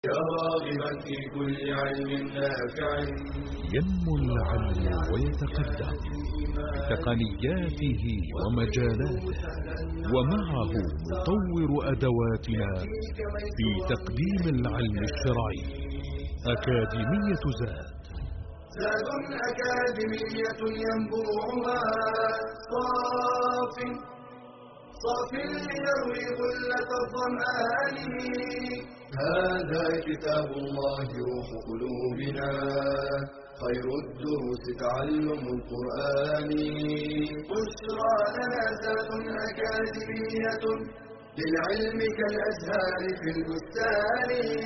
يا راغبا في كل علم نافع ينمو العلم ويتقدم بتقنياته ومجالاته، ومعه نطور أدواتنا في تقديم العلم الشرعي. أكاديمية زاد أكاديمية ينبوعها صاف ليروي غلة الظمآن. هذا كتاب الله روح قلوبنا، خير الدروس تعلم القرآن. بشرى لنا زاد أكاديمية للعلم كالأزهار في البستان.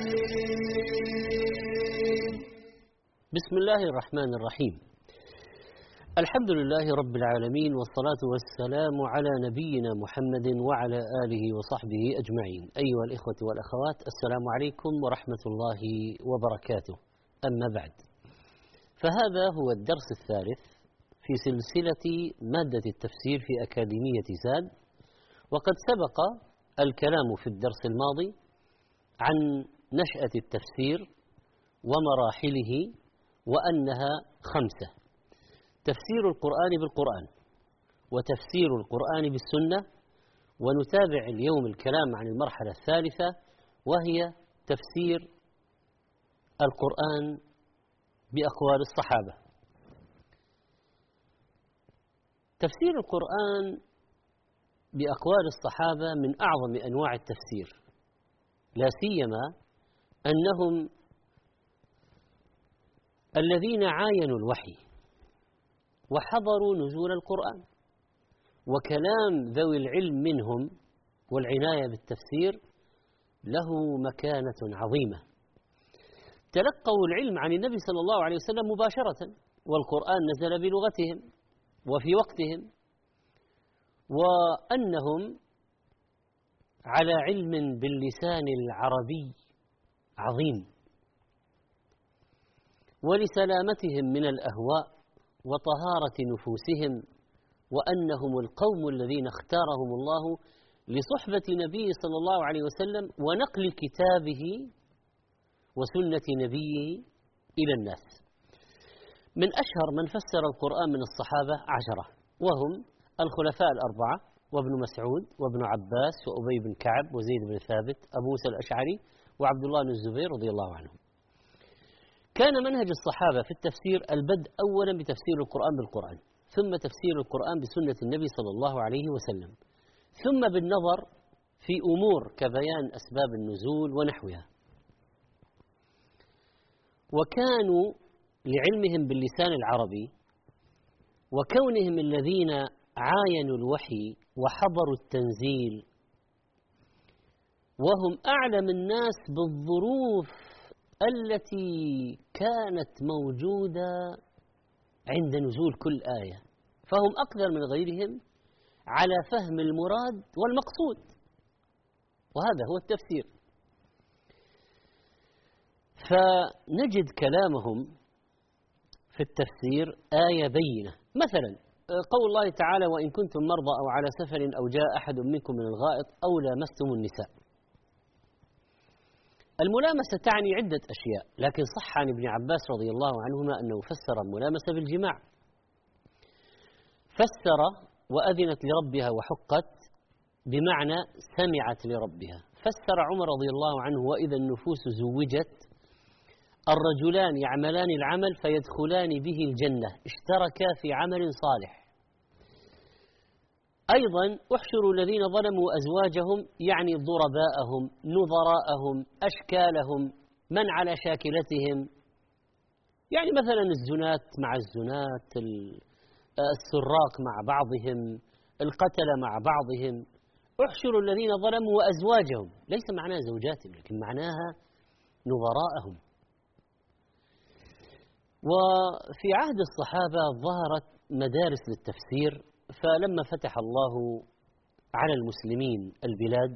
بسم الله الرحمن الرحيم. الحمد لله رب العالمين، والصلاة والسلام على نبينا محمد وعلى آله وصحبه أجمعين. أيها الإخوة والأخوات، السلام عليكم ورحمة الله وبركاته. أما بعد، فهذا هو الدرس الثالث في سلسلة مادة التفسير في أكاديمية زاد، وقد سبق الكلام في الدرس الماضي عن نشأة التفسير ومراحله، وأنها 5: تفسير القرآن بالقرآن، وتفسير القرآن بالسنة، ونتابع اليوم الكلام عن المرحلة الثالثة، وهي تفسير القرآن بأقوال الصحابة. تفسير القرآن بأقوال الصحابة من أعظم أنواع التفسير، لا سيما أنهم الذين عاينوا الوحي وحضروا نزول القرآن، وكلام ذوي العلم منهم والعناية بالتفسير له مكانة عظيمة. تلقوا العلم عن النبي صلى الله عليه وسلم مباشرة، والقرآن نزل بلغتهم وفي وقتهم، وأنهم على علم باللسان العربي عظيم، ولسلامتهم من الأهواء وطهارة نفوسهم، وأنهم القوم الذين اختارهم الله لصحبة نبيه صلى الله عليه وسلم ونقل كتابه وسنة نبيه إلى الناس. من أشهر من فسر القرآن من الصحابة 10، وهم الخلفاء الأربعة، وابن مسعود، وابن عباس، وأبي بن كعب، وزيد بن ثابت، أبو موسى الأشعري، وعبد الله بن الزبير رضي الله عنهم. كان منهج الصحابة في التفسير البدء أولا بتفسير القرآن بالقرآن، ثم تفسير القرآن بسنة النبي صلى الله عليه وسلم، ثم بالنظر في أمور كبيان أسباب النزول ونحوها. وكانوا لعلمهم باللسان العربي وكونهم الذين عاينوا الوحي وحضروا التنزيل، وهم أعلم الناس بالظروف التي كانت موجودة عند نزول كل آية، فهم أقدر من غيرهم على فهم المراد والمقصود، وهذا هو التفسير. فنجد كلامهم في التفسير آية بينة، مثلا قول الله تعالى: وإن كنتم مرضى أو على سفر أو جاء أحد منكم من الغائط أو لامستم النساء. الملامسة تعني عدة أشياء، لكن صح عن ابن عباس رضي الله عنهما أنه فسر الملامسة بالجماع، فسر وأذنت لربها وحقت بمعنى سمعت لربها. فسر عمر رضي الله عنه: وإذا النفوس زوجت الرجلان يعملان العمل فيدخلان به الجنة اشتركا في عمل صالح. أيضا: احشروا الذين ظلموا أزواجهم، يعني ضرباءهم، نظراءهم، أشكالهم، من على شاكلتهم، يعني مثلا الزنات مع الزنات، السراق مع بعضهم، القتلة مع بعضهم. احشروا الذين ظلموا وأزواجهم، ليس معناها زوجاتهم، لكن معناها نظراءهم. وفي عهد الصحابة ظهرت مدارس للتفسير، فلما فتح الله على المسلمين البلاد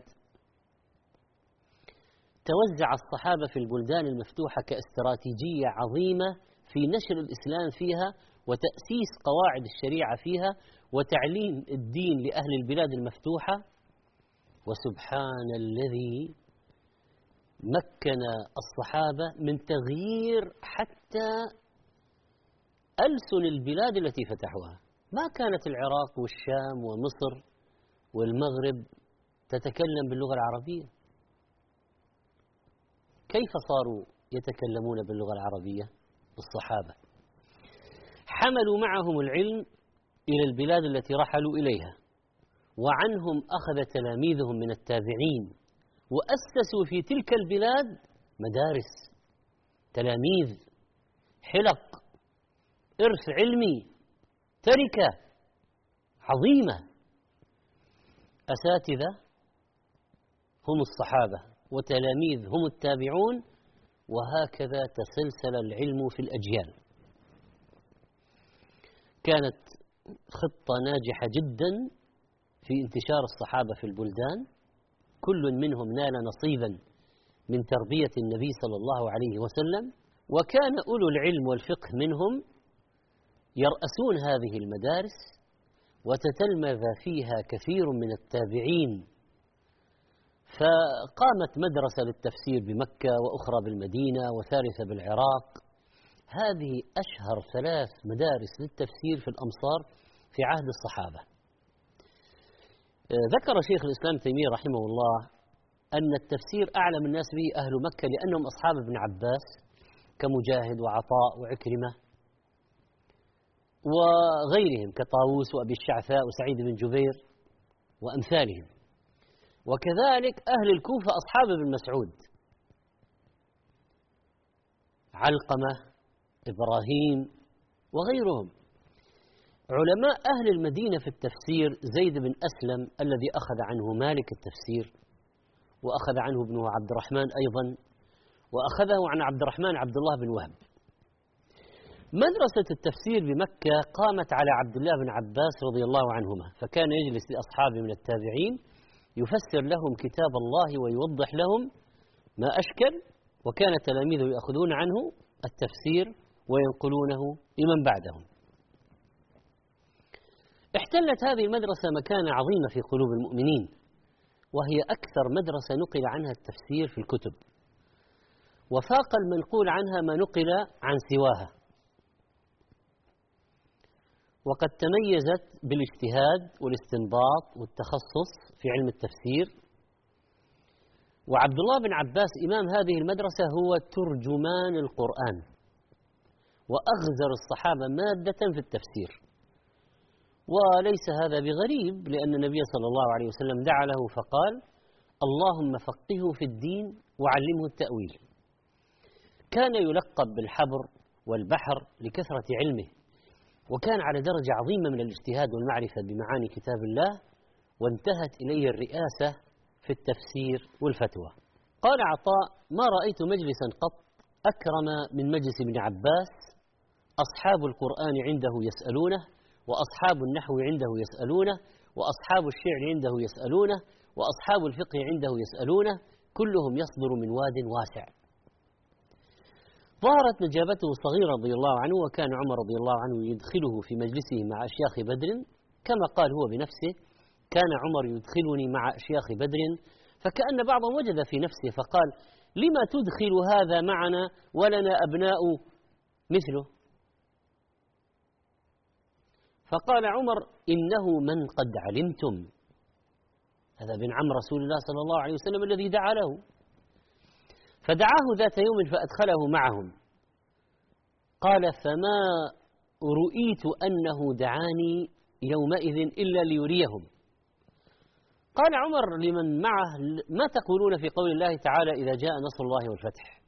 توزع الصحابة في البلدان المفتوحة كاستراتيجية عظيمة في نشر الإسلام فيها، وتأسيس قواعد الشريعة فيها، وتعليم الدين لأهل البلاد المفتوحة. وسبحان الذي مكن الصحابة من تغيير حتى ألسن البلاد التي فتحوها. ما كانت العراق والشام ومصر والمغرب تتكلم باللغة العربية. كيف صاروا يتكلمون باللغة العربية؟ الصحابة حملوا معهم العلم إلى البلاد التي رحلوا إليها، وعنهم أخذ تلاميذهم من التابعين، وأسسوا في تلك البلاد مدارس، تلاميذ، حلق، إرث علمي، تركة عظيمة. أساتذة هم الصحابة، وتلاميذ هم التابعون، وهكذا تسلسل العلم في الأجيال. كانت خطة ناجحة جدا في انتشار الصحابة في البلدان، كل منهم نال نصيبا من تربية النبي صلى الله عليه وسلم، وكان أولو العلم والفقه منهم يرأسون هذه المدارس، وتتلمذ فيها كثير من التابعين. فقامت مدرسة للتفسير بمكة، وأخرى بالمدينة، وثالثة بالعراق. هذه أشهر 3 مدارس للتفسير في الأمصار في عهد الصحابة. ذكر شيخ الإسلام تيمية رحمه الله أن التفسير أعلم الناس به أهل مكة، لأنهم أصحاب ابن عباس كمجاهد وعطاء وعكرمة وغيرهم كطاووس وأبي الشعثاء وسعيد بن جبير وأمثالهم. وكذلك أهل الكوفة أصحاب ابن مسعود، علقمة، إبراهيم وغيرهم. علماء أهل المدينة في التفسير زيد بن أسلم الذي أخذ عنه مالك التفسير، وأخذ عنه ابنه عبد الرحمن أيضا، وأخذه عن عبد الرحمن عبد الله بن وهب. مدرسة التفسير بمكة قامت على عبد الله بن عباس رضي الله عنهما، فكان يجلس لأصحابه من التابعين يفسر لهم كتاب الله ويوضح لهم ما أشكل، وكان تلاميذه يأخذون عنه التفسير وينقلونه لمن بعدهم. احتلت هذه المدرسة مكانة عظيمة في قلوب المؤمنين، وهي أكثر مدرسة نقل عنها التفسير في الكتب، وفاق المنقول عنها ما نقل عن سواها. وقد تميزت بالاجتهاد والاستنباط والتخصص في علم التفسير. وعبد الله بن عباس إمام هذه المدرسة هو ترجمان القرآن، وأغزر الصحابة مادة في التفسير. وليس هذا بغريب، لأن النبي صلى الله عليه وسلم دعا له فقال: اللهم فقهه في الدين وعلمه التأويل. كان يلقب بالحبر والبحر لكثرة علمه، وكان على درجة عظيمة من الاجتهاد والمعرفة بمعاني كتاب الله، وانتهت إليه الرئاسة في التفسير والفتوى. قال عطاء: ما رأيت مجلسا قط أكرم من مجلس ابن عباس. أصحاب القرآن عنده يسألونه، وأصحاب النحو عنده يسألونه، وأصحاب الشعر عنده يسألونه، وأصحاب الفقه عنده يسألونه، كلهم يصدر من واد واسع. ظهرت نجابته الصغيرة رضي الله عنه، وكان عمر رضي الله عنه يدخله في مجلسه مع أشياخ بدر، كما قال هو بنفسه: كان عمر يدخلني مع أشياخ بدر، فكأن بعضهم وجد في نفسه فقال: لما تدخل هذا معنا ولنا أبناء مثله؟ فقال عمر: إنه من قد علمتم. هذا بن عم رسول الله صلى الله عليه وسلم الذي دعا له. فدعاه ذات يوم فأدخله معهم. قال: فما رؤيت أنه دعاني يومئذ إلا ليريهم. قال عمر لمن معه: ما تقولون في قول الله تعالى: إذا جاء نصر الله والفتح؟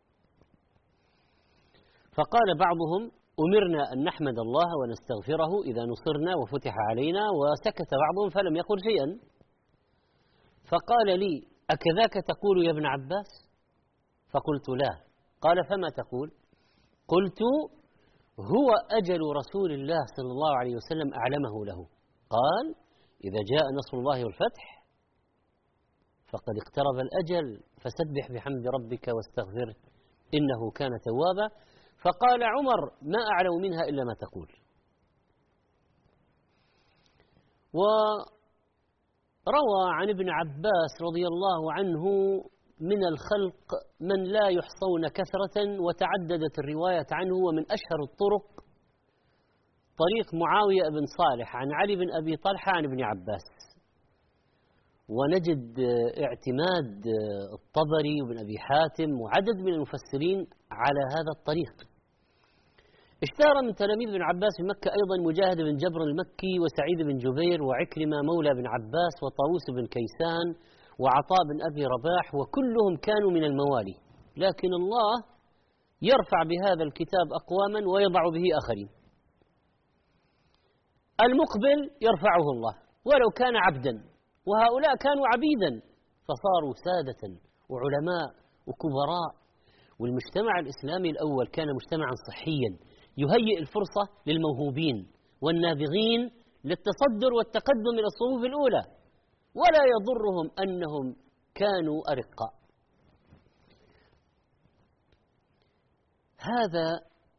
فقال بعضهم: أمرنا أن نحمد الله ونستغفره إذا نصرنا وفتح علينا. وسكت بعضهم فلم يقل شيئا. فقال لي: أكذاك تقول يا ابن عباس؟ فقلت: لا. قال: فما تقول؟ قلت: هو أجل رسول الله صلى الله عليه وسلم أعلمه له. قال: إذا جاء نصر الله والفتح فقد اقترب الأجل، فسبح بحمد ربك واستغفره إنه كان توابا. فقال عمر: ما أعلم منها إلا ما تقول. وروى عن ابن عباس رضي الله عنه من الخلق من لا يحصون كثرة، وتعددت الرواية عنه، ومن أشهر الطرق طريق معاوية بن صالح عن علي بن أبي طلحة عن ابن عباس، ونجد اعتماد الطبري وابن أبي حاتم وعدد من المفسرين على هذا الطريق. اشتهر من تلاميذ ابن عباس في مكة أيضا مجاهد بن جبر المكي وسعيد بن جبير وعكرمة مولى بن عباس وطاووس بن كيسان وعطاء بن أبي رباح، وكلهم كانوا من الموالي، لكن الله يرفع بهذا الكتاب أقواما ويضع به آخرين. المقبل يرفعه الله ولو كان عبدا، وهؤلاء كانوا عبيدا فصاروا سادة وعلماء وكبراء. والمجتمع الإسلامي الأول كان مجتمعا صحيا يهيئ الفرصة للموهوبين والنابغين للتصدر والتقدم إلى الصفوف الأولى، ولا يضرهم أنهم كانوا أرقاء. هذا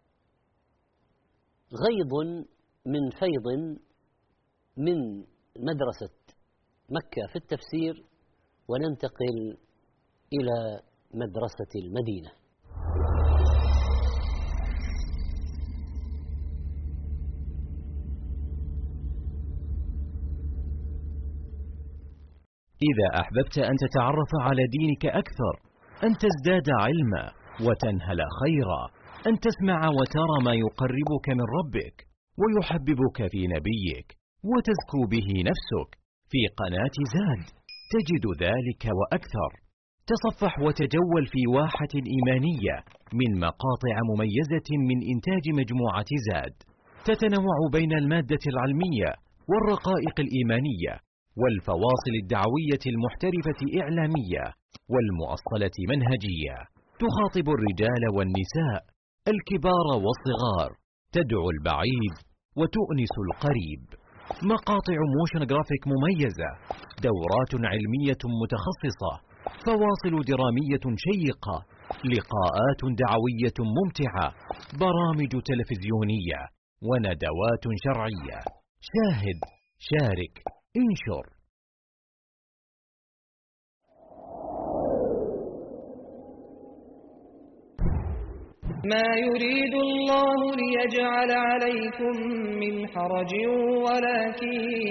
غيض من فيض من مدرسة مكة في التفسير، وننتقل إلى مدرسة المدينة. إذا أحببت أن تتعرف على دينك أكثر، أن تزداد علما وتنهل خيرا، أن تسمع وترى ما يقربك من ربك ويحببك في نبيك وتزكو به نفسك، في قناة زاد تجد ذلك وأكثر. تصفح وتجول في واحة إيمانية من مقاطع مميزة من إنتاج مجموعة زاد، تتنوع بين المادة العلمية والرقائق الإيمانية والفواصل الدعوية المحترفة إعلامية والمؤصلة منهجية، تخاطب الرجال والنساء، الكبار والصغار، تدعو البعيد وتؤنس القريب. مقاطع موشن جرافيك مميزة، دورات علمية متخصصة، فواصل درامية شيقة، لقاءات دعوية ممتعة، برامج تلفزيونية وندوات شرعية. شاهد، شارك، انشر. ما يريد الله ليجعل عليكم من حرج ولكن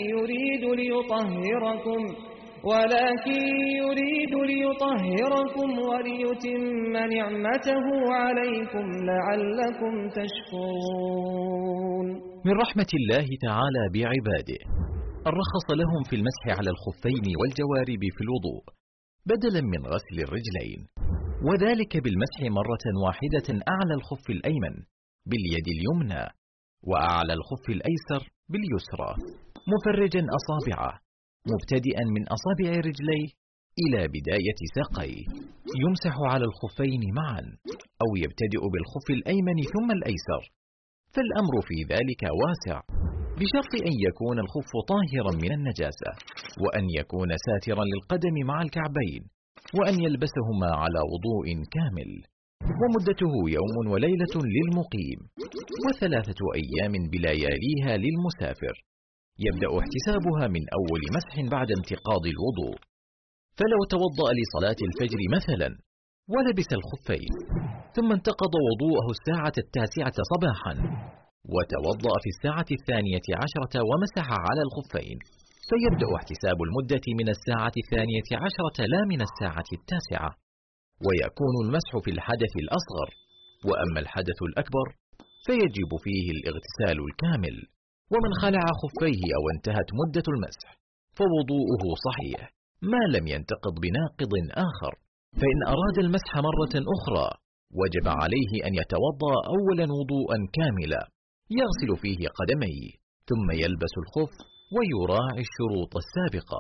يريد ليطهركم وليتم نعمته عليكم لعلكم تشكرون. من رحمة الله تعالى بعباده رخص لهم في المسح على الخفين والجوارب في الوضوء بدلا من غسل الرجلين، وذلك بالمسح مرة واحدة أعلى الخف الأيمن باليد اليمنى وأعلى الخف الأيسر باليسرى، مفرجا أصابعه مبتدئا من أصابع رجليه إلى بداية ساقيه، يمسح على الخفين معا أو يبتدئ بالخف الأيمن ثم الأيسر، فالأمر في ذلك واسع، بشرط أن يكون الخف طاهرا من النجاسة، وأن يكون ساترا للقدم مع الكعبين، وأن يلبسهما على وضوء كامل. ومدته يوم وليلة للمقيم، و3 أيام بلياليها للمسافر، يبدأ احتسابها من أول مسح بعد انتقاض الوضوء. فلو توضأ لصلاة الفجر مثلا ولبس الخفين ثم انتقض وضوءه الساعة 9 صباحا وتوضأ في الساعة 12 ومسح على الخفين، فيبدأ احتساب المدة من الساعة 12 لا من الساعة 9، ويكون المسح في الحدث الأصغر، وأما الحدث الأكبر فيجب فيه الاغتسال الكامل. ومن خلع خفيه أو انتهت مدة المسح فوضوءه صحيح ما لم ينتقض بناقض آخر، فإن أراد المسح مرة أخرى وجب عليه أن يتوضأ أولا وضوءا كاملا يغسل فيه قدميه ثم يلبس الخف ويراعي الشروط السابقة.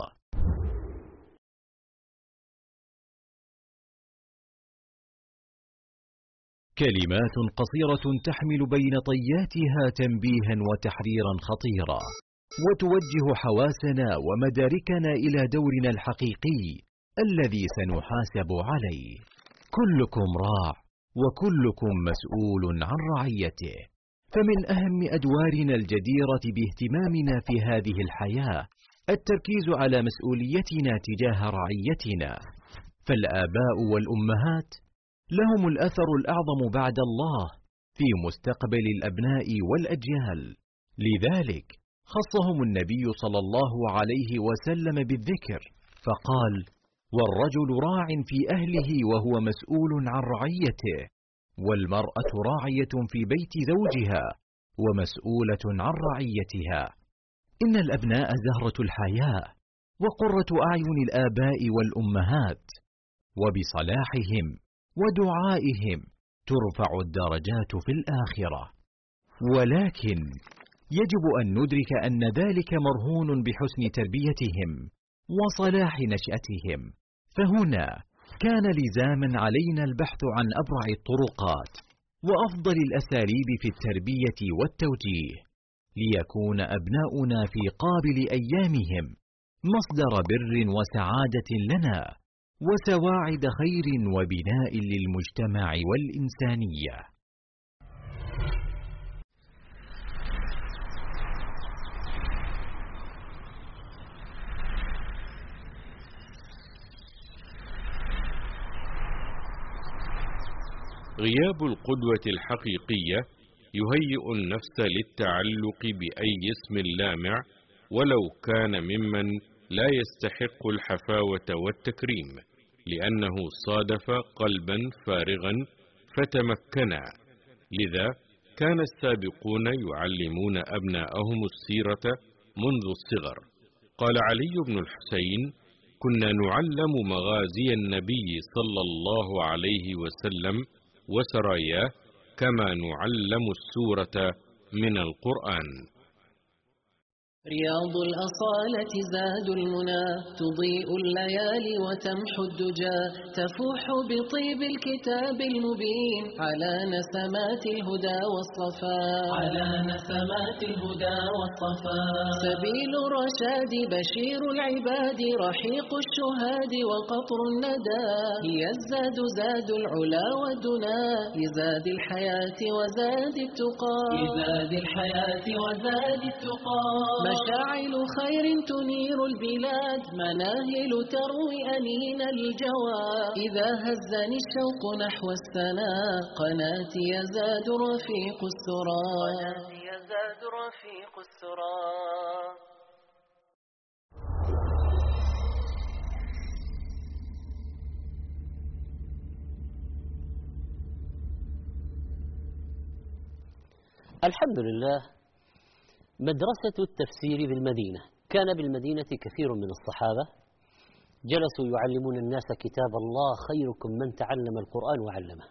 كلمات قصيرة تحمل بين طياتها تنبيها وتحذيرا خطيرا، وتوجه حواسنا ومداركنا إلى دورنا الحقيقي الذي سنحاسب عليه. كلكم راع وكلكم مسؤول عن رعيته، فمن أهم أدوارنا الجديرة باهتمامنا في هذه الحياة التركيز على مسؤوليتنا تجاه رعيتنا، فالآباء والأمهات لهم الأثر الأعظم بعد الله في مستقبل الأبناء والأجيال، لذلك خصهم النبي صلى الله عليه وسلم بالذكر فقال: والرجل راع في أهله وهو مسؤول عن رعيته، والمرأة راعية في بيت زوجها ومسؤولة عن رعيتها. إن الأبناء زهرة الحياة وقرة أعين الآباء والأمهات، وبصلاحهم ودعائهم ترفع الدرجات في الآخرة. ولكن يجب أن ندرك أن ذلك مرهون بحسن تربيتهم وصلاح نشأتهم، فهنا كان لزاما علينا البحث عن أبرع الطرقات وأفضل الأساليب في التربية والتوجيه، ليكون أبناؤنا في قابل أيامهم مصدر بر وسعادة لنا وسواعد خير وبناء للمجتمع والإنسانية. غياب القدوة الحقيقية يهيئ النفس للتعلق بأي اسم لامع ولو كان ممن لا يستحق الحفاوة والتكريم، لأنه صادف قلبا فارغا فتمكنا. لذا كان السابقون يعلمون أبناءهم السيرة منذ الصغر. قال علي بن الحسين: كنا نعلم مغازي النبي صلى الله عليه وسلم وسراياه كما نعلم السورة من القرآن. رياض الأصالة زاد المنى، تضيء الليالي وتمحو الدجى، تفوح بطيب الكتاب المبين على نسمات الهدى والصفاء، على نسمات الهدى والصفاء. سبيل الرشاد بشير العباد، رحيق الشهاد وقطر الندى، هي الزاد زاد العلا والدنا، لزاد الحياة وزاد التقى، لزاد الحياة وزاد التقى. مشاعل خير تنير البلاد، مناهل تروي أنين الجوى، إذا هزني الشوق نحو السنا، قناتي يزاد رفيق السرى، قناتي يزاد رفيق السرى. الحمد لله. مدرسة التفسير بالمدينة. كان بالمدينة كثير من الصحابة جلسوا يعلمون الناس كتاب الله: خيركم من تعلم القرآن وعلمه.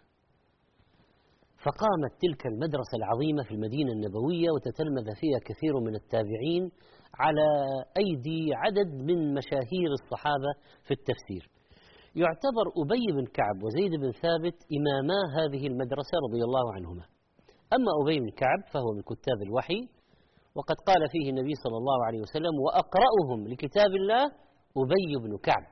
فقامت تلك المدرسة العظيمة في المدينة النبوية، وتتلمذ فيها كثير من التابعين على أيدي عدد من مشاهير الصحابة في التفسير. يعتبر أبي بن كعب وزيد بن ثابت إماما هذه المدرسة رضي الله عنهما. أما أبي بن كعب فهو من كتاب الوحي، وقد قال فيه النبي صلى الله عليه وسلم: وأقرأهم لكتاب الله أبي بن كعب.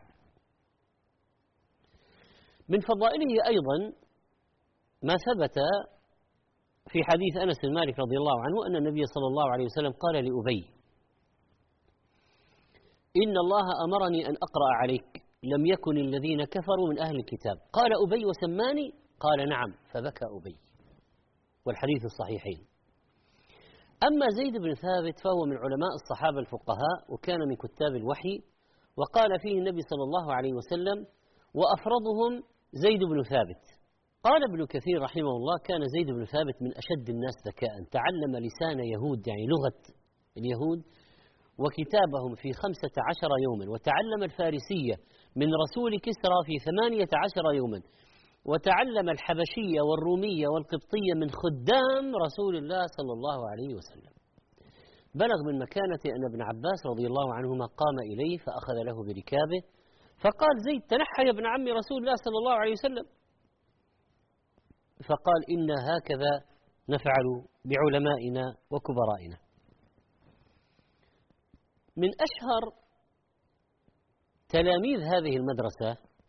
من فضائله أيضا ما ثبت في حديث أنس بن مالك رضي الله عنه أن النبي صلى الله عليه وسلم قال لأبي: إن الله أمرني أن أقرأ عليك، لم يكن الذين كفروا من أهل الكتاب. قال أبي: وسماني؟ قال: نعم. فبكى أبي، والحديث الصحيحين. أما زيد بن ثابت فهو من علماء الصحابة الفقهاء، وكان من كتاب الوحي، وقال فيه النبي صلى الله عليه وسلم: وأفرضهم زيد بن ثابت. قال ابن كثير رحمه الله: كان زيد بن ثابت من أشد الناس ذكاء، تعلم لسان يهود، يعني لغة اليهود، وكتابهم في 15 يوما، وتعلم الفارسية من رسول كسرى في 18 يوما، وتعلم الحبشية والرومية والقبطية من خدام رسول الله صلى الله عليه وسلم. بلغ من مكانة أن ابن عباس رضي الله عنهما قام إليه فأخذ له بركابه فقال: زيد تنحى يا ابن عم رسول الله صلى الله عليه وسلم. فقال: إنا هكذا نفعل بعلمائنا وكبرائنا. من أشهر تلاميذ هذه المدرسة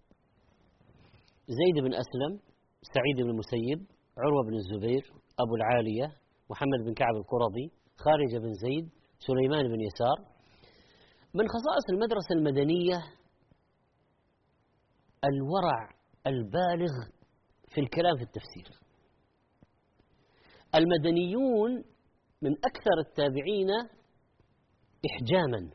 زيد بن أسلم، سعيد بن المسيب، عروة بن الزبير، أبو العالية، محمد بن كعب القرظي، خارجة بن زيد، سليمان بن يسار. من خصائص المدرسة المدنية الورع البالغ في الكلام في التفسير. المدنيون من أكثر التابعين إحجاما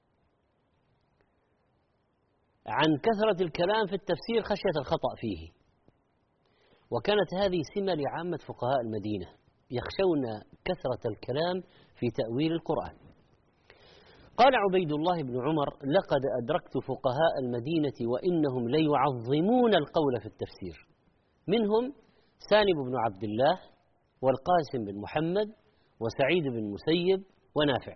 عن كثرة الكلام في التفسير خشية الخطأ فيه، وكانت هذه سمة لعامة فقهاء المدينة، يخشون كثرة الكلام في تأويل القرآن. قال عبيد الله بن عمر: لقد أدركت فقهاء المدينة وإنهم ليعظمون القول في التفسير، منهم سالم بن عبد الله والقاسم بن محمد وسعيد بن مسيب ونافع.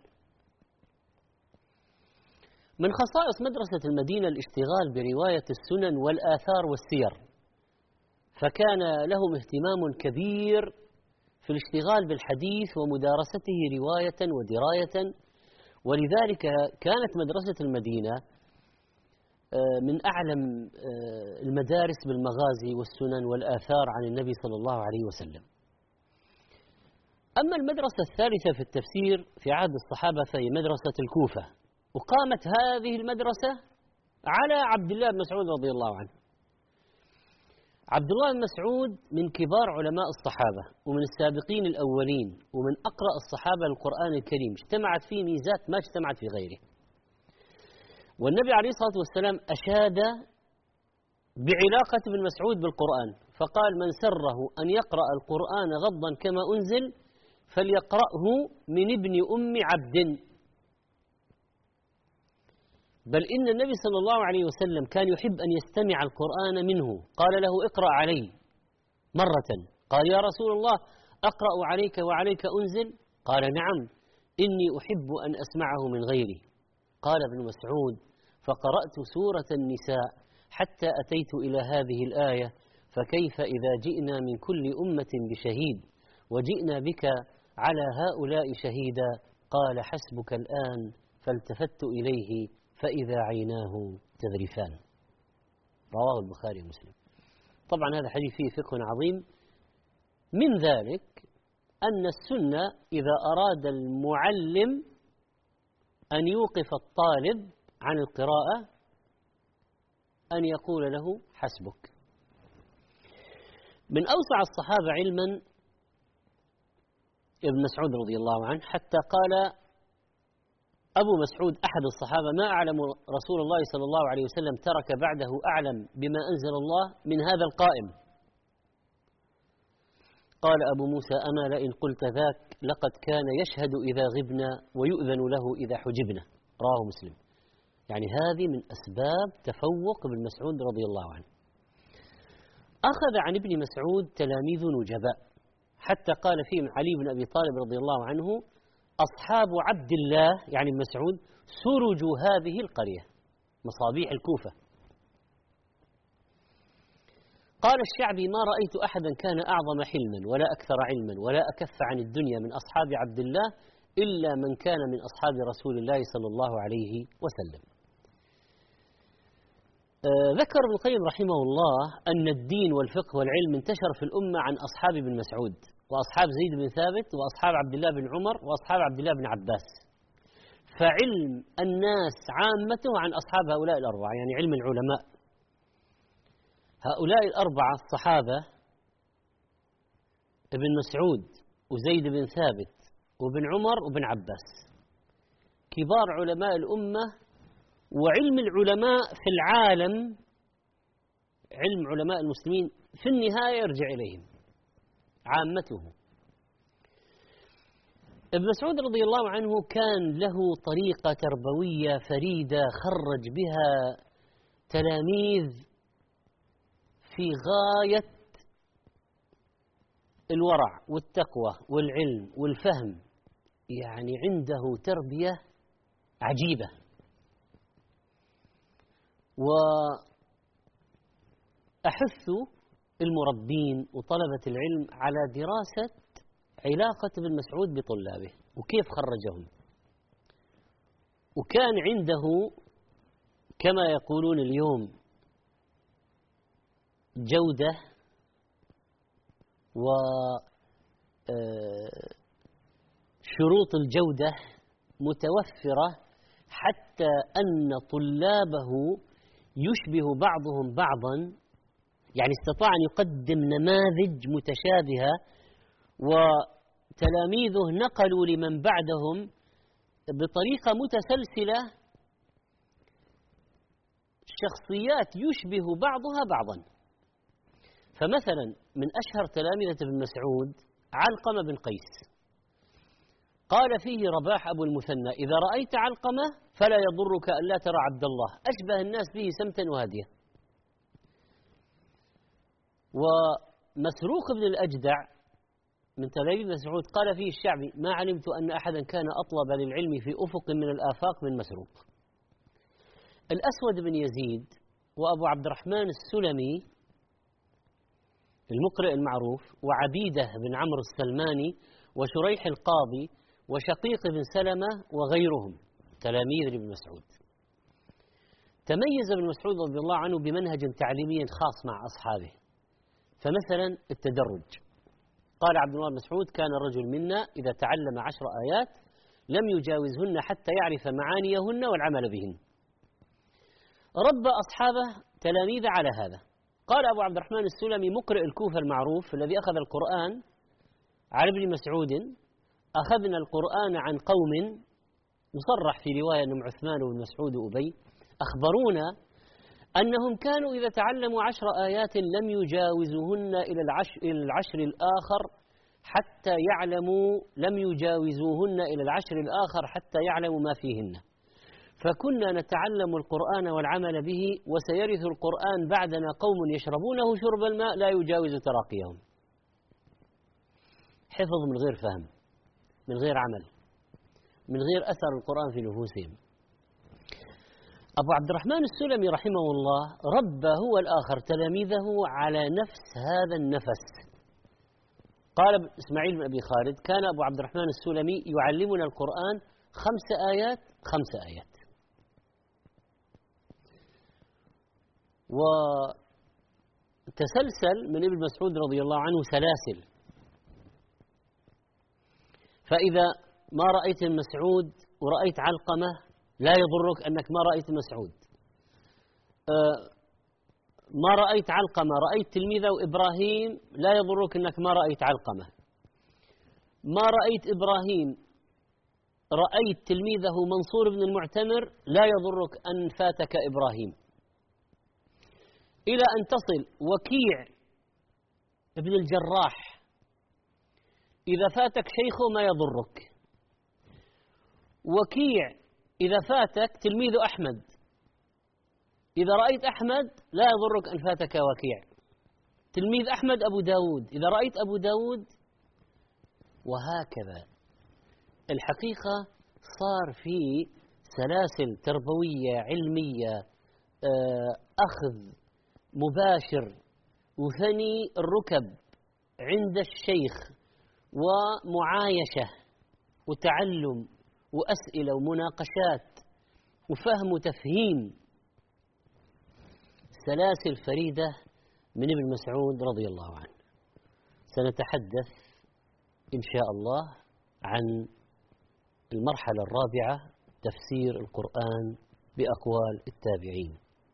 من خصائص مدرسة المدينة الاشتغال برواية السنن والآثار والسير، فكان لهم اهتمام كبير في الاشتغال بالحديث ومدارسته رواية ودراية، ولذلك كانت مدرسة المدينة من أعلم المدارس بالمغازي والسنن والآثار عن النبي صلى الله عليه وسلم. أما المدرسة الثالثة في التفسير في عهد الصحابة فهي مدرسة الكوفة، وقامت هذه المدرسة على عبد الله بن مسعود رضي الله عنه. عبد الله بن مسعود من كبار علماء الصحابة ومن السابقين الأولين ومن أقرأ الصحابة القرآن الكريم، اجتمعت فيه ميزات ما اجتمعت في غيره. والنبي عليه الصلاة والسلام أشاد بعلاقة ابن مسعود بالقرآن، فقال: من سره أن يقرأ القرآن غضا كما أنزل فليقرأه من ابن أم عبد. بل إن النبي صلى الله عليه وسلم كان يحب أن يستمع القرآن منه، قال له: اقرأ علي مرة. قال: يا رسول الله أقرأ عليك وعليك أنزل؟ قال: نعم، إني أحب أن أسمعه من غيري. قال ابن مسعود: فقرأت سورة النساء حتى أتيت إلى هذه الآية: فكيف إذا جئنا من كل أمة بشهيد وجئنا بك على هؤلاء شهيدا؟ قال: حسبك الآن. فالتفت إليه فإذا عيناه تذرفان. رواه البخاري ومسلم. طبعا هذا حديث فيه فقه عظيم، من ذلك أن السنة إذا أراد المعلم أن يوقف الطالب عن القراءة أن يقول له: حسبك. من أوسع الصحابة علما ابن مسعود رضي الله عنه، حتى قال أبو مسعود أحد الصحابة: ما أعلم رسول الله صلى الله عليه وسلم ترك بعده أعلم بما أنزل الله من هذا القائم. قال أبو موسى: أما لئن قلت ذاك لقد كان يشهد إذا غبنا ويؤذن له إذا حجبنا. رواه مسلم. يعني هذه من أسباب تفوق ابن مسعود رضي الله عنه. أخذ عن ابن مسعود تلاميذ نجباء، حتى قال فيهم علي بن أبي طالب رضي الله عنه: أصحاب عبد الله يعني مسعود سرج هذه القرية، مصابيح الكوفة. قال الشعبي: ما رأيت أحدا كان أعظم حلما ولا أكثر علما ولا أكف عن الدنيا من أصحاب عبد الله إلا من كان من أصحاب رسول الله صلى الله عليه وسلم. ذكر ابن القيم رحمه الله أن الدين والفقه والعلم انتشر في الأمة عن أصحاب ابن مسعود وأصحاب زيد بن ثابت وأصحاب عبد الله بن عمر وأصحاب عبد الله بن عباس، فعلم الناس عامته عن أصحاب هؤلاء الأربعة، يعني علم العلماء. هؤلاء الأربعة الصحابة ابن مسعود وزيد بن ثابت وابن عمر وابن عباس كبار علماء الأمة، وعلم العلماء في العالم، علم علماء المسلمين في النهاية يرجع إليهم عامته. ابن مسعود رضي الله عنه كان له طريقة تربوية فريدة خرج بها تلاميذ في غاية الورع والتقوى والعلم والفهم، يعني عنده تربية عجيبة. وأحث المربين وطلبة العلم على دراسة علاقة ابن مسعود بطلابه وكيف خرجهم. وكان عنده كما يقولون اليوم جودة وشروط الجودة متوفرة، حتى أن طلابه يشبه بعضهم بعضا، يعني استطاع أن يقدم نماذج متشابهة، وتلاميذه نقلوا لمن بعدهم بطريقة متسلسلة شخصيات يشبه بعضها بعضا. فمثلا من أشهر تلامذة ابن مسعود علقمة بن قيس، قال فيه رباح أبو المثنى: إذا رأيت علقمة فلا يضرك ألا ترى عبد الله، أشبه الناس به سمتا وهادية. ومسروق بن الأجدع من تلاميذ مسعود قال فيه الشعبي: ما علمت أن أحدا كان أطلب للعلم في أفق من الآفاق من مسروق. الأسود بن يزيد وأبو عبد الرحمن السلمي المقرئ المعروف، وعبيدة بن عمرو السلماني، وشريح القاضي، وشقيق بن سلمة، وغيرهم تلاميذ ابن مسعود. تميز ابن مسعود رضي الله عنه بمنهج تعليمي خاص مع أصحابه. فمثلا التدرج، قال عبد الله بن مسعود: كان الرجل منا إذا تعلم 10 آيات لم يجاوزهن حتى يعرف معانيهن والعمل بهن. ربى أصحابه تلاميذ على هذا. قال أبو عبد الرحمن السلمي مقرئ الكوفة المعروف الذي أخذ القرآن على ابن مسعود: أخذنا القرآن عن قوم، مصرح في رواية أنهم عثمان وابن مسعود وأبي، أخبرونا أنهم كانوا إذا تعلموا 10 آيات لم يجاوزوهن إلى العشر الآخر حتى يعلموا، لم يجاوزوهن إلى العشر الآخر حتى يعلموا ما فيهن. فكنا نتعلم القرآن والعمل به، وسيرث القرآن بعدنا قوم يشربونه شرب الماء لا يجاوز تراقيهم. حفظ من غير فهم، من غير عمل، من غير أثر القرآن في نفوسهم. أبو عبد الرحمن السلمي رحمه الله ربى هو الآخر تلاميذه على نفس هذا النفس. قال إسماعيل بن أبي خالد: كان أبو عبد الرحمن السلمي يعلمنا القرآن 5 آيات 5 آيات. وتسلسل من ابن مسعود رضي الله عنه سلاسل. فإذا ما رأيت مسعود ورأيت علقمة لا يضرك أنك ما رأيت مسعود. ما رأيت علقمة رأيت تلميذه إبراهيم لا يضرك أنك ما رأيت علقمة. ما رأيت إبراهيم رأيت تلميذه منصور بن المعتمر لا يضرك أن فاتك إبراهيم، إلى أن تصل وكيع ابن الجراح إذا فاتك شيخه ما يضرك. وكيع إذا فاتك تلميذ أحمد، إذا رأيت أحمد لا يضرك أن فاتك وكيع. تلميذ أحمد أبو داود، إذا رأيت أبو داود، وهكذا. الحقيقة صار في سلاسل تربوية علمية، أخذ مباشر وثني الركب عند الشيخ، ومعايشة وتعلم وأسئلة ومناقشات وفهم وتفهيم، سلاسل فريدة من ابن مسعود رضي الله عنه. سنتحدث إن شاء الله عن المرحلة الرابعة، تفسير القرآن بأقوال التابعين.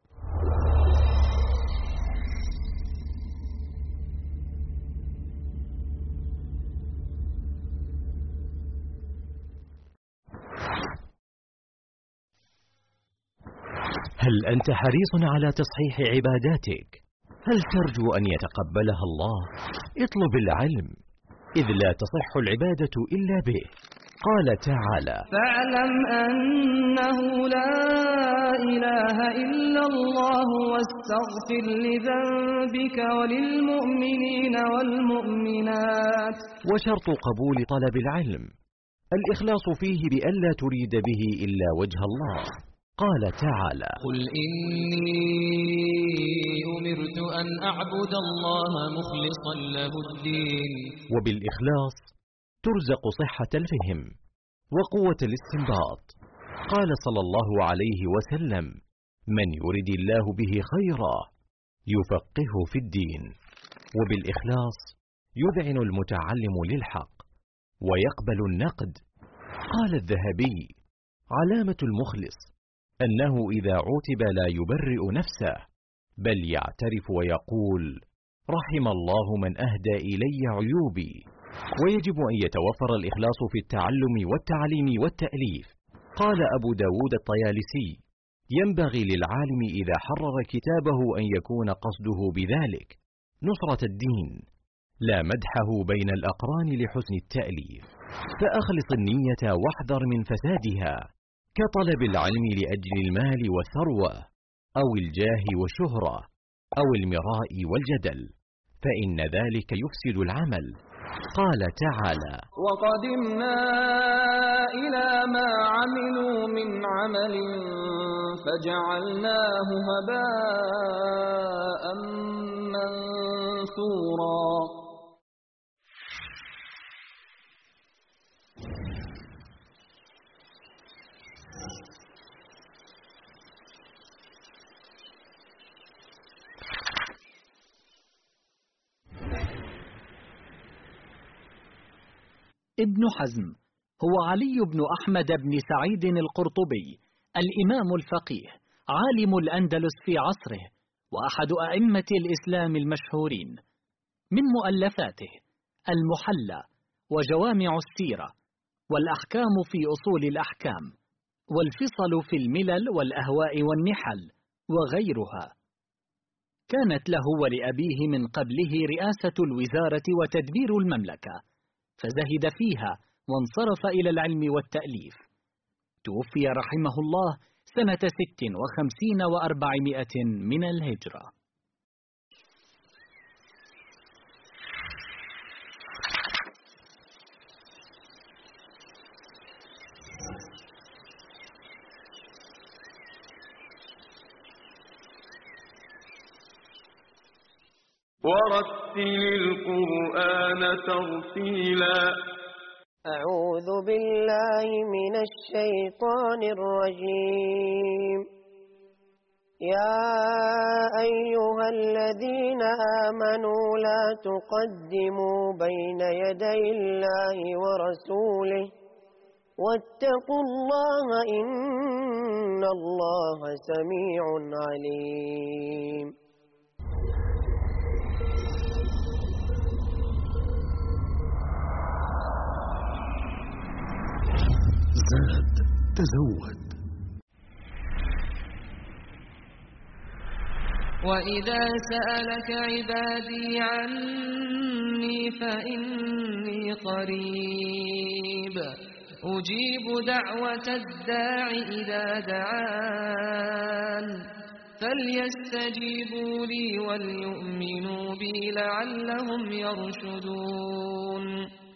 هل أنت حريص على تصحيح عباداتك؟ هل ترجو أن يتقبلها الله؟ اطلب العلم، إذ لا تصح العبادة إلا به. قال تعالى: فاعلم أنه لا إله إلا الله واستغفر لذنبك وللمؤمنين والمؤمنات. وشرط قبول طلب العلم الإخلاص فيه بألا تريد به إلا وجه الله. قال تعالى: قل إني أمرت أن أعبد الله مخلصا له الدين. وبالإخلاص ترزق صحة الفهم وقوة الاستنباط. قال صلى الله عليه وسلم: من يرد الله به خيرا يفقهه في الدين. وبالإخلاص يذعن المتعلم للحق ويقبل النقد. قال الذهبي: علامة المخلص أنه إذا عوتب لا يبرئ نفسه، بل يعترف ويقول: رحم الله من أهدى إلي عيوبي. ويجب أن يتوفر الإخلاص في التعلم والتعليم والتأليف. قال أبو داود الطيالسي: ينبغي للعالم إذا حرر كتابه أن يكون قصده بذلك نصرة الدين، لا مدحه بين الأقران لحسن التأليف. فأخلص النية واحذر من فسادها، كطلب العلم لأجل المال والثروة، أو الجاه والشهرة، أو المراء والجدل، فإن ذلك يفسد العمل. قال تعالى: وقدمنا إلى ما عملوا من عمل فجعلناه هباء منثورا. ابن حزم هو علي بن أحمد بن سعيد القرطبي، الإمام الفقيه، عالم الأندلس في عصره، وأحد أئمة الإسلام المشهورين. من مؤلفاته المحلى، وجوامع السيرة، والأحكام في أصول الأحكام، والفصل في الملل والأهواء والنحل، وغيرها. كانت له ولأبيه من قبله رئاسة الوزارة وتدبير المملكة، فزهد فيها وانصرف إلى العلم والتأليف. توفي رحمه الله سنة 56 و400 من الهجرة. ورتل القرآن ترتيلا. أعوذ بالله من الشيطان الرجيم. يا أيها الذين آمنوا لا تقدموا بين يدي الله ورسوله واتقوا الله إن الله سميع عليم. زاد تزود. وإذا سألك عبادي عني فإني قريب أجيب دعوة الداع إذا دعان فليستجيبوا لي وليؤمنوا بي لعلهم يرشدون.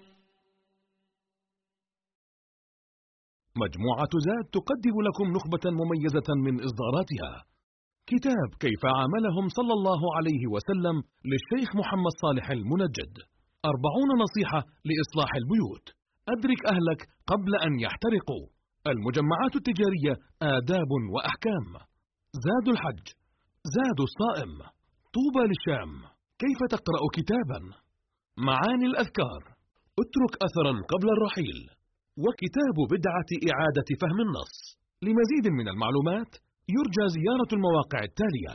مجموعة زاد تقدم لكم نخبة مميزة من إصداراتها. كتاب كيف عاملهم صلى الله عليه وسلم للشيخ محمد صالح المنجد. 40 نصيحة لإصلاح البيوت. أدرك أهلك قبل أن يحترقوا. المجمعات التجارية آداب وأحكام. زاد الحج. زاد الصائم. طوبى للشام. كيف تقرأ كتابا. معاني الأذكار. اترك أثرا قبل الرحيل. وكتاب بدعة إعادة فهم النص. لمزيد من المعلومات يرجى زيارة المواقع التالية.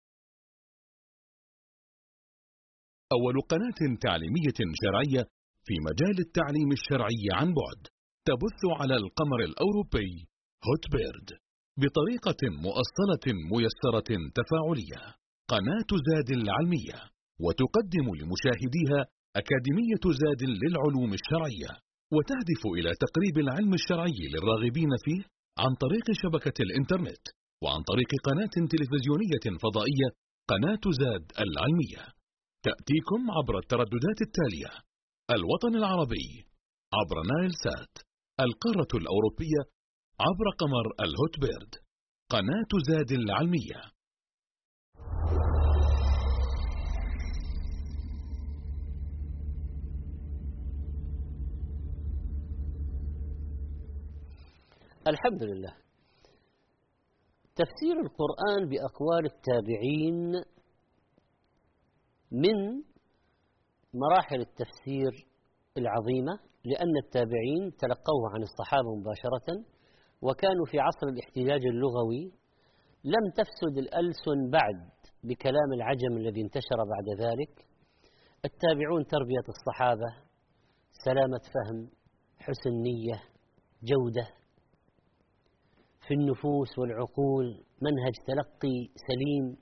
أول قناة تعليمية شرعية في مجال التعليم الشرعي عن بعد، تبث على القمر الأوروبي هوت بيرد بطريقة مؤصلة ميسرة تفاعلية. قناة زاد العلمية، وتقدم لمشاهديها أكاديمية زاد للعلوم الشرعية، وتهدف إلى تقريب العلم الشرعي للراغبين فيه عن طريق شبكة الإنترنت، وعن طريق قناة تلفزيونية فضائية قناة زاد العلمية. تأتيكم عبر الترددات التالية: الوطن العربي عبر نايل سات، القارة الأوروبية عبر قمر الهوت بيرد. قناة زاد العلمية. الحمد لله. تفسير القرآن بأقوال التابعين من مراحل التفسير العظيمة، لأن التابعين تلقوه عن الصحابة مباشرة، وكانوا في عصر الاحتجاج اللغوي، لم تفسد الألسن بعد بكلام العجم الذي انتشر بعد ذلك. التابعون تربية الصحابة، سلامة فهم، حسن نية، جودة في النفوس والعقول، منهج تلقي سليم.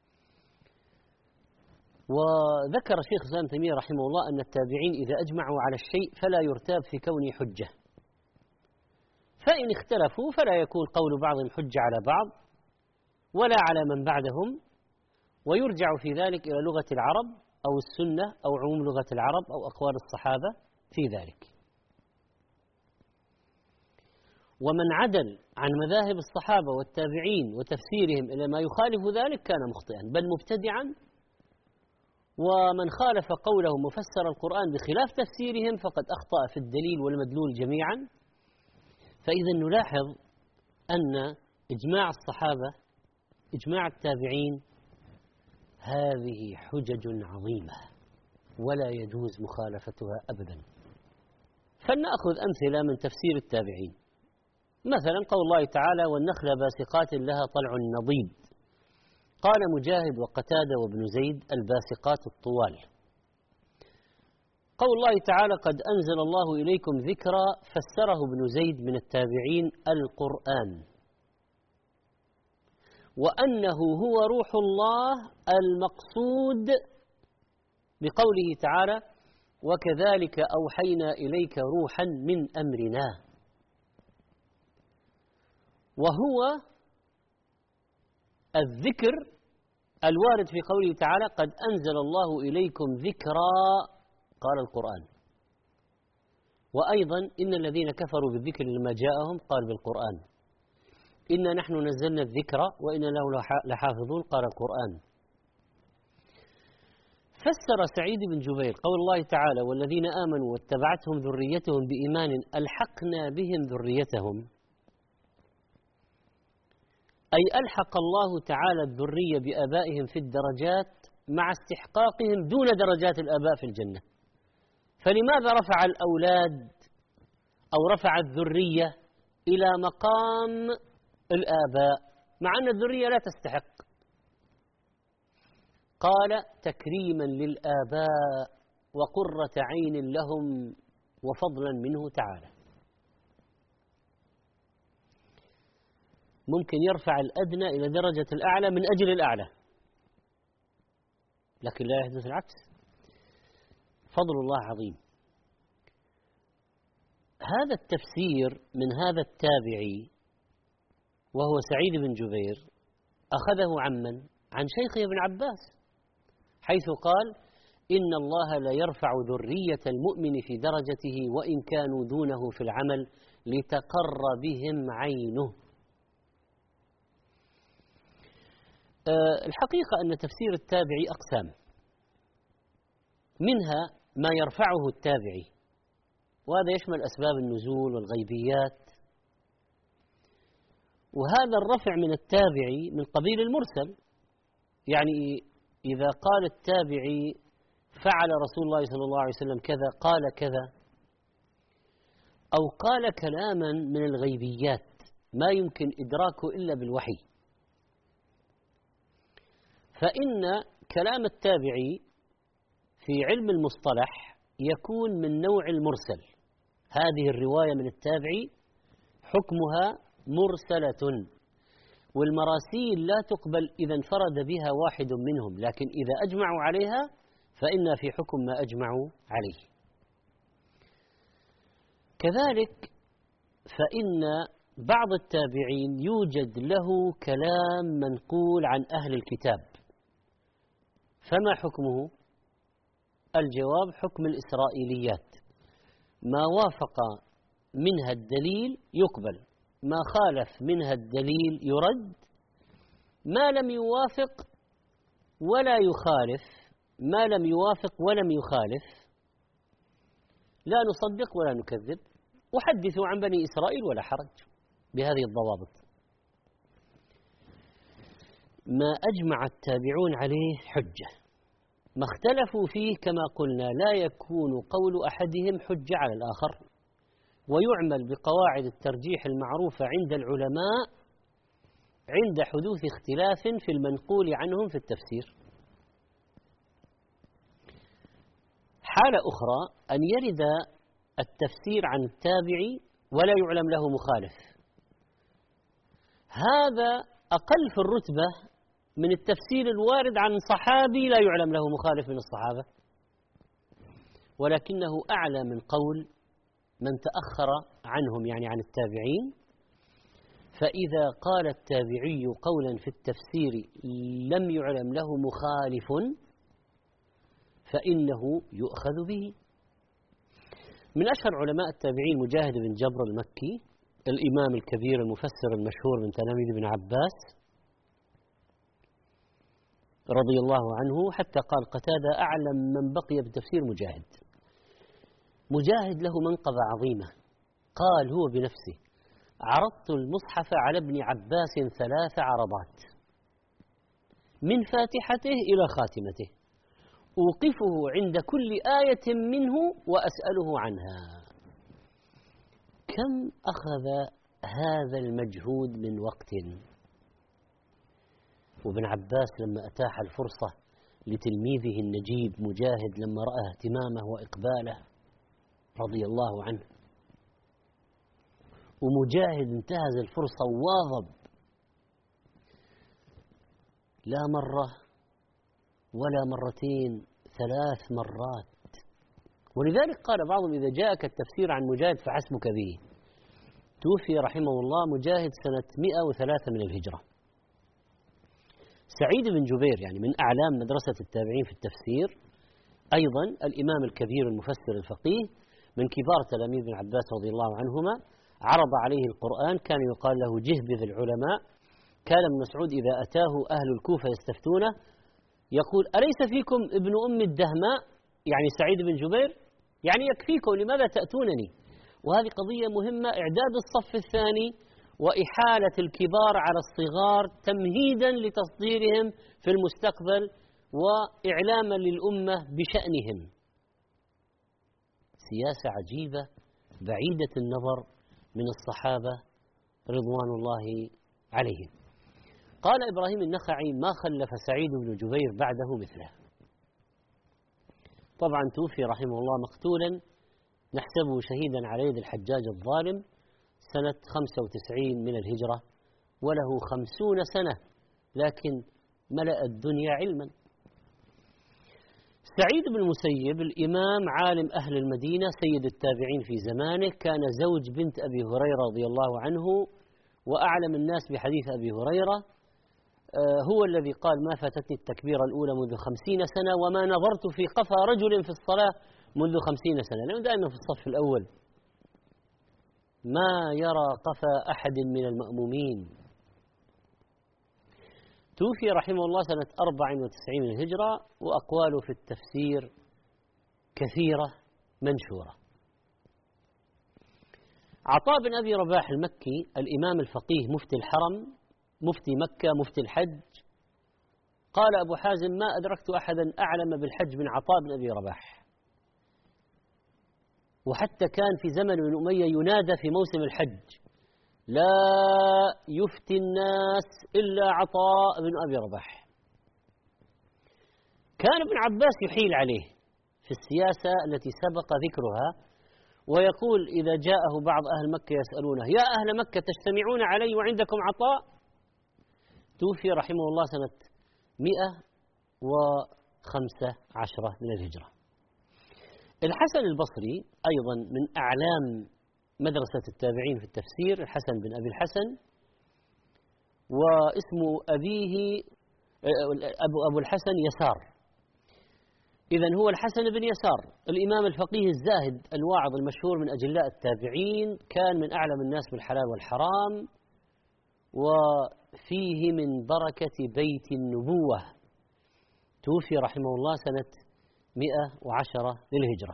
وذكر شيخ الإسلام ابن تيمية رحمه الله أن التابعين إذا أجمعوا على الشيء فلا يرتاب في كونه حجة، فإن اختلفوا فلا يكون قول بعضهم حجة على بعض ولا على من بعدهم، ويرجع في ذلك إلى لغة العرب أو السنة أو عموم لغة العرب أو أقوال الصحابة في ذلك. ومن عدل عن مذاهب الصحابة والتابعين وتفسيرهم إلى ما يخالف ذلك كان مخطئا بل مبتدعا، ومن خالف قولهم وفسر القرآن بخلاف تفسيرهم فقد أخطأ في الدليل والمدلول جميعا. فإذا نلاحظ أن إجماع الصحابة، إجماع التابعين، هذه حجج عظيمة ولا يجوز مخالفتها أبدا. فلنأخذ أمثلة من تفسير التابعين. مثلا قول الله تعالى: والنخل باسقات لها طلع نضيد. قال مجاهد وقتادة وابن زيد: الباسقات الطوال. قول الله تعالى: قد أنزل الله إليكم ذكرا، فسره ابن زيد من التابعين القرآن، وأنه هو روح الله المقصود بقوله تعالى: وكذلك أوحينا إليك روحا من أمرنا. وهو الذكر الوارد في قوله تعالى: قد أنزل الله إليكم ذكرا، قال القرآن. وأيضا إن الذين كفروا بالذكر لما جاءهم قال بالقرآن. إنا نحن نزلنا الذكر وإنا له لحافظون، قال القرآن. فسر سعيد بن جبير قول الله تعالى: والذين آمنوا واتبعتهم ذريتهم بإيمان ألحقنا بهم ذريتهم، أي ألحق الله تعالى الذرية بآبائهم في الدرجات مع استحقاقهم دون درجات الآباء في الجنة. فلماذا رفع الأولاد أو رفع الذرية إلى مقام الآباء مع أن الذرية لا تستحق؟ قال: تكريما للآباء وقرة عين لهم وفضلا منه تعالى. ممكن يرفع الأدنى إلى درجة الأعلى من أجل الأعلى، لكن لا يحدث العكس. فضل الله عظيم. هذا التفسير من هذا التابعي وهو سعيد بن جبير أخذه عن من؟ عن شيخه ابن عباس، حيث قال: إن الله لا يرفع ذرية المؤمن في درجته وإن كانوا دونه في العمل لتقر بهم عينه. الحقيقة أن تفسير التابعي أقسام، منها ما يرفعه التابعي، وهذا يشمل أسباب النزول والغيبيات، وهذا الرفع من التابعي من قبيل المرسل. يعني إذا قال التابعي: فعل رسول الله صلى الله عليه وسلم كذا، قال كذا، أو قال كلاما من الغيبيات ما يمكن إدراكه إلا بالوحي، فإن كلام التابعي في علم المصطلح يكون من نوع المرسل. هذه الرواية من التابعي حكمها مرسلة، والمراسيل لا تقبل إذا انفرد بها واحد منهم، لكن إذا أجمعوا عليها فإن في حكم ما أجمعوا عليه. كذلك فإن بعض التابعين يوجد له كلام منقول عن أهل الكتاب، فما حكمه؟ الجواب: حكم الإسرائيليات، ما وافق منها الدليل يقبل، ما خالف منها الدليل يرد، ما لم يوافق ولا يخالف، ما لم يوافق ولم يخالف لا نصدق ولا نكذب. وحدثوا عن بني إسرائيل ولا حرج بهذه الضوابط. ما أجمع التابعون عليه حجة، ما اختلفوا فيه كما قلنا لا يكون قول أحدهم حجة على الآخر، ويعمل بقواعد الترجيح المعروفة عند العلماء عند حدوث اختلاف في المنقول عنهم في التفسير. حالة أخرى أن يرد التفسير عن التابعي ولا يعلم له مخالف، هذا أقل في الرتبة من التفسير الوارد عن صحابي لا يعلم له مخالف من الصحابة، ولكنه أعلى من قول من تأخر عنهم يعني عن التابعين. فإذا قال التابعي قولا في التفسير لم يعلم له مخالف فإنه يؤخذ به. من أشهر علماء التابعين مجاهد بن جبر المكي، الإمام الكبير المفسر المشهور من تلاميذ ابن عباس رضي الله عنه، حتى قال قتادة أعلم من بقي بتفسير مجاهد. مجاهد له منقبة عظيمة، قال هو بنفسه: عرضت المصحف على ابن عباس 3 عرضات من فاتحته إلى خاتمته، أوقفه عند كل آية منه وأسأله عنها. كم أخذ هذا المجهود من وقت؟ وابن عباس لما أتاح الفرصة لتلميذه النجيب مجاهد لما رأى اهتمامه وإقباله رضي الله عنه، ومجاهد انتهز الفرصة وواظب، لا مرة ولا مرتين، 3 مرات. ولذلك قال بعضهم: إذا جاءك التفسير عن مجاهد فحسبك به. توفي رحمه الله مجاهد سنة 103 من الهجرة. سعيد بن جبير يعني من أعلام مدرسة التابعين في التفسير، أيضا الإمام الكبير المفسر الفقيه من كبار تلاميذ ابن عباس رضي الله عنهما، عرض عليه القرآن، كان يقال له جهبذ العلماء. كان ابن مسعود إذا أتاه أهل الكوفة يستفتونه يقول: أليس فيكم ابن أم الدهماء، يعني سعيد بن جبير، يعني يكفيكم، لماذا تأتونني؟ وهذه قضية مهمة، إعداد الصف الثاني وإحالة الكبار على الصغار تمهيدا لتصديرهم في المستقبل وإعلاما للأمة بشأنهم. سياسة عجيبة بعيدة النظر من الصحابة رضوان الله عليهم. قال إبراهيم النخعي: ما خلف سعيد بن جبير بعده مثله. طبعا توفي رحمه الله مقتولا، نحسبه شهيدا على يد الحجاج الظالم سنة 95 من الهجرة، وله 50 سنة، لكن ملأ الدنيا علما. سعيد بن المسيب الإمام عالم أهل المدينة سيد التابعين في زمانه، كان زوج بنت أبي هريرة رضي الله عنه وأعلم الناس بحديث أبي هريرة. هو الذي قال: ما فاتتني التكبيرة الأولى منذ 50 سنة وما نظرت في قفا رجل في الصلاة منذ 50 سنة، لأنه دائما في الصف الأول ما يرى قفا أحد من المأمومين. توفي رحمه الله سنة 94 من الهجرة، وأقواله في التفسير كثيرة منشورة. عطاء بن أبي رباح المكي الإمام الفقيه مفتي الحرم، مفتي مكة، مفتي الحج، قال أبو حازم: ما أدركت أحدا أعلم بالحج من عطاء بن أبي رباح. وحتى كان في زمن بن أمية ينادى في موسم الحج: لا يفتي الناس إلا عطاء بن أبي رباح. كان ابن عباس يحيل عليه في السياسة التي سبق ذكرها، ويقول إذا جاءه بعض أهل مكة يسألونه: يا أهل مكة تجتمعون علي وعندكم عطاء؟ توفي رحمه الله سنة 115 من الهجرة. الحسن البصري أيضا من أعلام مدرسة التابعين في التفسير، الحسن بن أبي الحسن، واسم أبيه أبو الحسن يسار، إذن هو الحسن بن يسار، الإمام الفقيه الزاهد الواعظ المشهور من أجلاء التابعين، كان من أعلم الناس بالحلال والحرام، وفيه من بركة بيت النبوة. توفي رحمه الله سنة 110 للهجرة.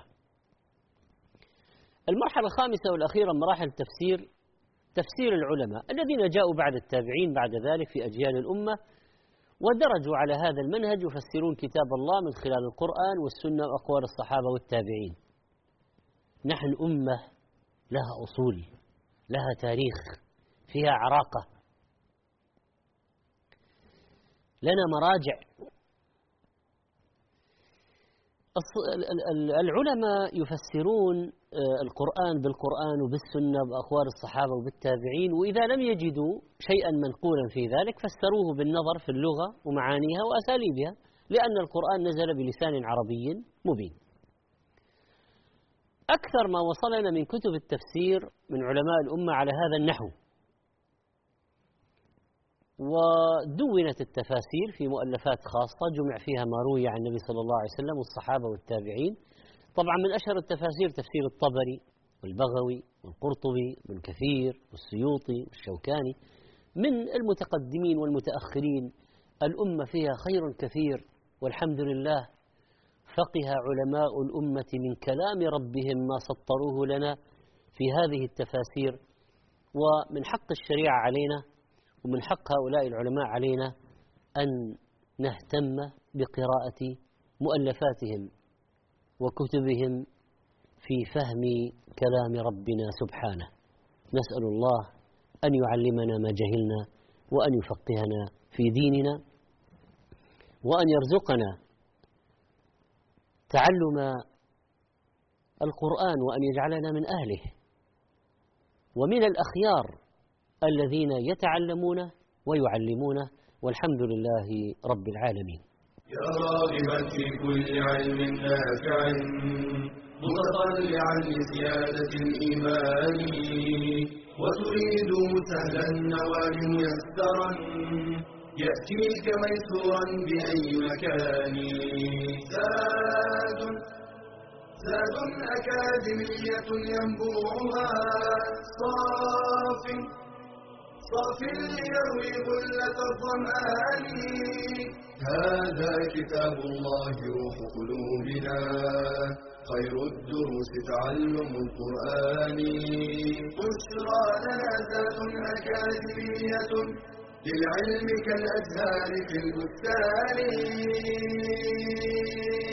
المرحلة الخامسة والأخيرة من مراحل التفسير، تفسير العلماء الذين جاءوا بعد التابعين بعد ذلك في أجيال الأمة، ودرجوا على هذا المنهج يفسرون كتاب الله من خلال القرآن والسنة وأقوال الصحابة والتابعين. نحن أمة لها أصول، لها تاريخ، فيها عراقة، لنا مراجع. العلماء يفسرون القرآن بالقرآن وبالسنة وبأقوال الصحابة وبالتابعين، وإذا لم يجدوا شيئا منقولا في ذلك فسروه بالنظر في اللغة ومعانيها وأساليبها، لأن القرآن نزل بلسان عربي مبين. أكثر ما وصلنا من كتب التفسير من علماء الأمة على هذا النحو، ودونت التفاسير في مؤلفات خاصة جمع فيها ما روي عن النبي صلى الله عليه وسلم والصحابة والتابعين. طبعا من أشهر التفاسير تفسير الطبري والبغوي والقرطبي وابن كثير والسيوطي والشوكاني. من المتقدمين والمتأخرين الأمة فيها خير كثير والحمد لله. فقه علماء الأمة من كلام ربهم ما سطروه لنا في هذه التفاسير، ومن حق الشريعة علينا ومن حق هؤلاء العلماء علينا أن نهتم بقراءة مؤلفاتهم وكتبهم في فهم كلام ربنا سبحانه. نسأل الله أن يعلمنا ما جهلنا وأن يفقهنا في ديننا، وأن يرزقنا تعلم القرآن، وأن يجعلنا من أهله ومن الأخيار الذين يتعلمون ويعلمون، والحمد لله رب العالمين. يا راغبا في كل علم نافع متطلعا لزيادة الإيمان، وتريد سهلا النوال ميسرا يأتيك ميسورا بأي مكان. زاد أكاديمية ينبوعها صاف ليروي غلة الظمآن. هذا كتاب الله روح قلوبنا، خير الدروس تعلم القرآن. بشرى لنا ذات أكاديمية للعلم كالأزهار في البستان.